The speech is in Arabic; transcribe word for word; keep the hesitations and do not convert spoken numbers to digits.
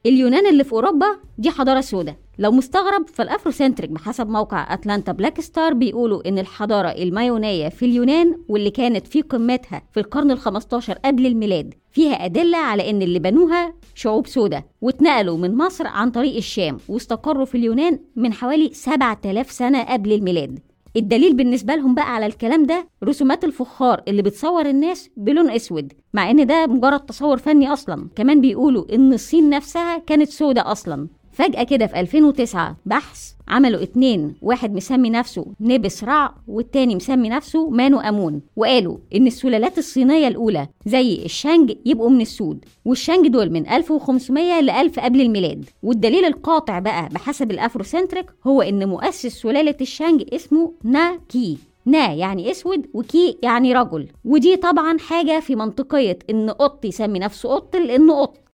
اليونان اللي في أوروبا دي حضارة سوداء. لو مستغرب، فالأفروسنتريك بحسب موقع أتلانتا بلاك ستار بيقولوا إن الحضارة المايونية في اليونان واللي كانت في قمتها في القرن الخمستاشر قبل الميلاد فيها أدلة على إن اللي بنوها شعوب سوداء، واتنقلوا من مصر عن طريق الشام واستقروا في اليونان من حوالي سبعة آلاف سنة قبل الميلاد. الدليل بالنسبة لهم بقى على الكلام ده رسومات الفخار اللي بتصور الناس بلون اسود، مع ان ده مجرد تصور فني اصلا. كمان بيقولوا ان الصين نفسها كانت سودة اصلا. فجأة كده في ألفين وتسعة بحث عملوا اتنين، واحد مسمي نفسه نبس رع والتاني مسمي نفسه مانو أمون، وقالوا إن السلالات الصينية الأولى زي الشانج يبقوا من السود، والشانج دول من ألف وخمسمية ل ألف قبل الميلاد. والدليل القاطع بقى بحسب الأفروسنتريك هو إن مؤسس سلالة الشانج اسمه نا كي. نا يعني اسود وكي يعني رجل، ودي طبعا حاجة في منطقية إن قط يسمي نفسه قط لأنه قط.